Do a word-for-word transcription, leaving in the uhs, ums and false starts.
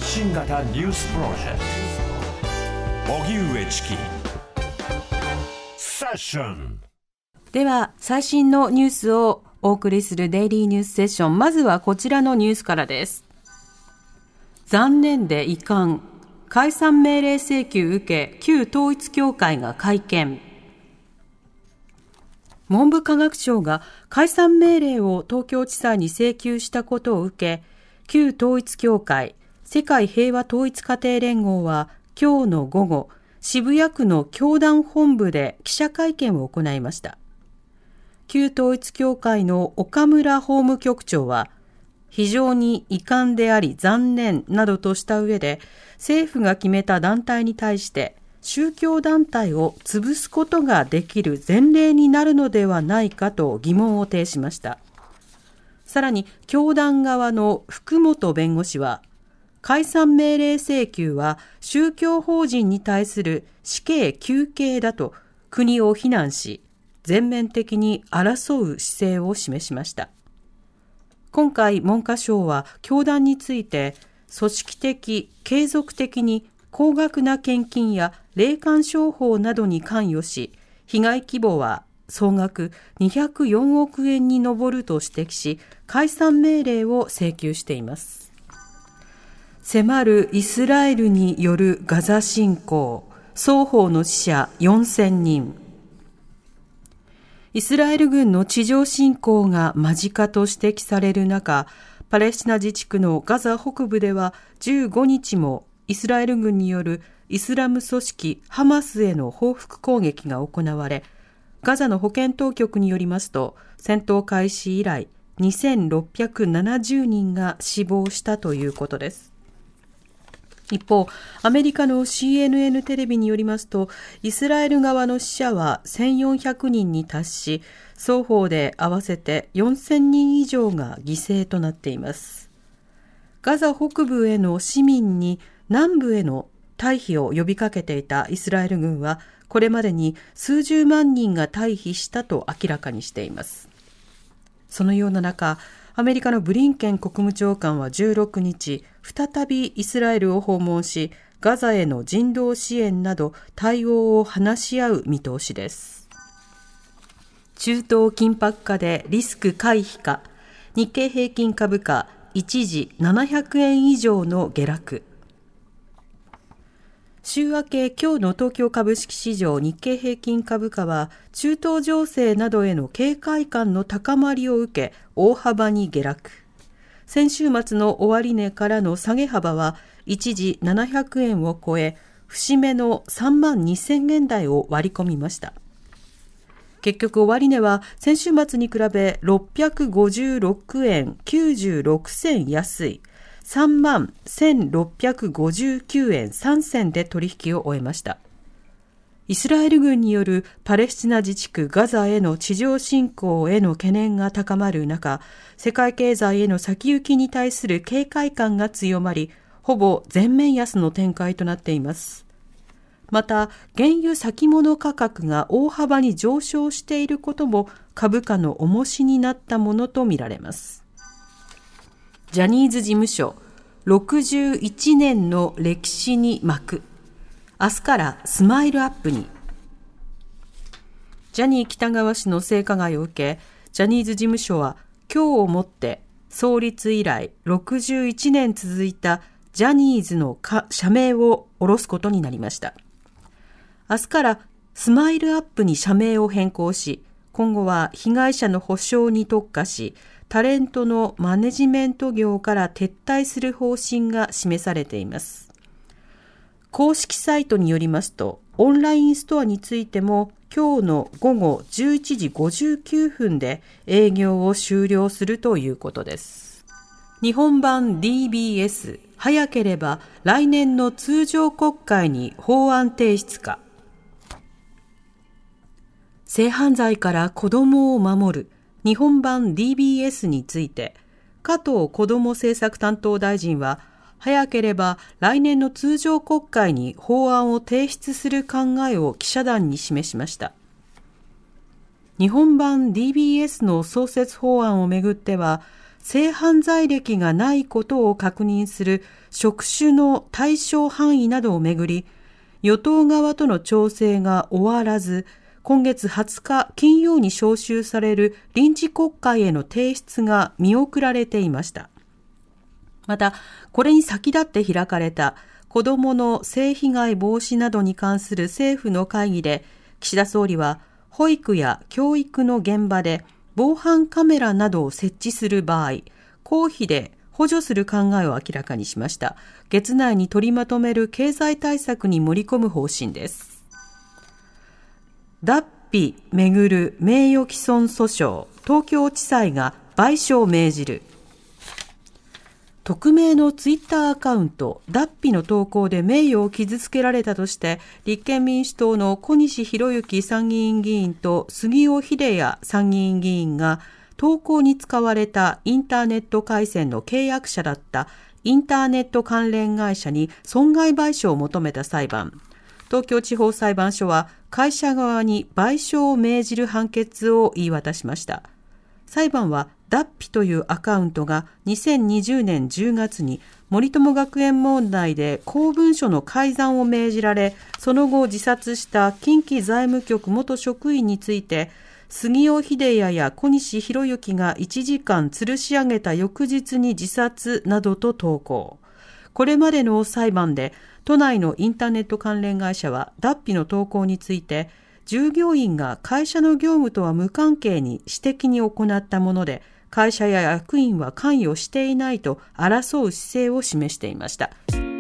発信型ニュースプロジェクト荻上チキセッション。 では最新のニュースをお送りするデイリーニュースセッション、まずはこちらのニュースからです。残念で遺憾、解散命令請求受け旧統一教会が会見。文部科学省が解散命令を東京地裁に請求したことを受け、旧統一教会世界平和統一家庭連合は今日の午後、渋谷区の教団本部で記者会見を行いました。旧統一教会の岡村法務局長は、非常に遺憾であり残念などとした上で、政府が決めた団体に対して宗教団体を潰すことができる前例になるのではないかと疑問を呈しました。さらに教団側の福本弁護士は、解散命令請求は宗教法人に対する死刑求刑だと国を非難し、全面的に争う姿勢を示しました。今回文科省は教団について、組織的、継続的に高額な献金や霊感商法などに関与し、被害規模は総額にひゃくよんおくえんに上ると指摘し、解散命令を請求しています。迫るイスラエルによるガザ侵攻、双方の死者よんせんにん。イスラエル軍の地上侵攻が間近と指摘される中、パレスチナ自治区のガザ北部ではじゅうごにちもイスラエル軍によるイスラム組織ハマスへの報復攻撃が行われ、ガザの保健当局によりますと、戦闘開始以来にせんろっぴゃくななじゅうにんが死亡したということです。一方、アメリカの シーエヌエヌ テレビによりますと、イスラエル側の死者はせんよんひゃくにんに達し、双方で合わせてよんせんにん以上が犠牲となっています。ガザ北部への市民に南部への退避を呼びかけていたイスラエル軍は、これまでに数十万人が退避したと明らかにしています。そのような中、アメリカのブリンケン国務長官はじゅうろくにち、再びイスラエルを訪問し、ガザへの人道支援など対応を話し合う見通しです。中東緊迫化でリスク回避か、日経平均株価一時ななひゃくえん以上の下落。週明け今日の東京株式市場日経平均株価は中東情勢などへの警戒感の高まりを受け大幅に下落。先週末の終値からの下げ幅は一時ななひゃくえんを超え、節目のさんまんにせんえん台を割り込みました。結局終値は先週末に比べろっぴゃくごじゅうろくえんきゅうじゅうろくせん安いさんまんせんろっぴゃくごじゅうきゅうえんさんせんで取引を終えました。イスラエル軍によるパレスチナ自治区ガザへの地上侵攻への懸念が高まる中、世界経済への先行きに対する警戒感が強まり、ほぼ全面安の展開となっています。また、原油先物価格が大幅に上昇していることも株価の重しになったものとみられます。ジャニーズ事務所ろくじゅういちねんの歴史に幕。明日からスマイルアップに。ジャニー喜多川氏の性加害を受け、ジャニーズ事務所は今日をもって創立以来ろくじゅういちねん続いたジャニーズの社名を下ろすことになりました。明日からスマイルアップに社名を変更し、今後は被害者の補償に特化し、タレントのマネジメント業から撤退する方針が示されています。公式サイトによりますと、オンラインストアについても今日の午後じゅういちじごじゅうきゅうふんで営業を終了するということです。日本版 ディービーエス、早ければ来年の通常国会に法案提出か。性犯罪から子どもを守る日本版 ディービーエス について、加藤子ども政策担当大臣は、早ければ来年の通常国会に法案を提出する考えを記者団に示しました。日本版 ディービーエス の創設法案をめぐっては、 性犯罪歴がないことを確認する職種の対象範囲などをめぐり、与党側との調整が終わらず、今月はつか金曜に召集される臨時国会への提出が見送られていました。また、これに先立って開かれた子どもの性被害防止などに関する政府の会議で、岸田総理は保育や教育の現場で防犯カメラなどを設置する場合、公費で補助する考えを明らかにしました。月内に取りまとめる経済対策に盛り込む方針です。脱皮めぐる名誉毀損訴訟、東京地裁が賠償を命じる。匿名のツイッターアカウント、脱皮の投稿で名誉を傷つけられたとして、立憲民主党の小西洋之参議院議員と杉尾秀哉参議院議員が、投稿に使われたインターネット回線の契約者だったインターネット関連会社に損害賠償を求めた裁判。東京地方裁判所は会社側に賠償を命じる判決を言い渡しました。裁判は脱皮というアカウントがにせんにじゅうねんじゅうがつに森友学園問題で公文書の改ざんを命じられ、その後自殺した近畿財務局元職員について、杉尾秀哉や小西洋之がいちじかん吊るし上げた翌日に自殺などと投稿。これまでの裁判で都内のインターネット関連会社は脱皮の投稿について、従業員が会社の業務とは無関係に私的に行ったもので、会社や役員は関与していないと争う姿勢を示していました。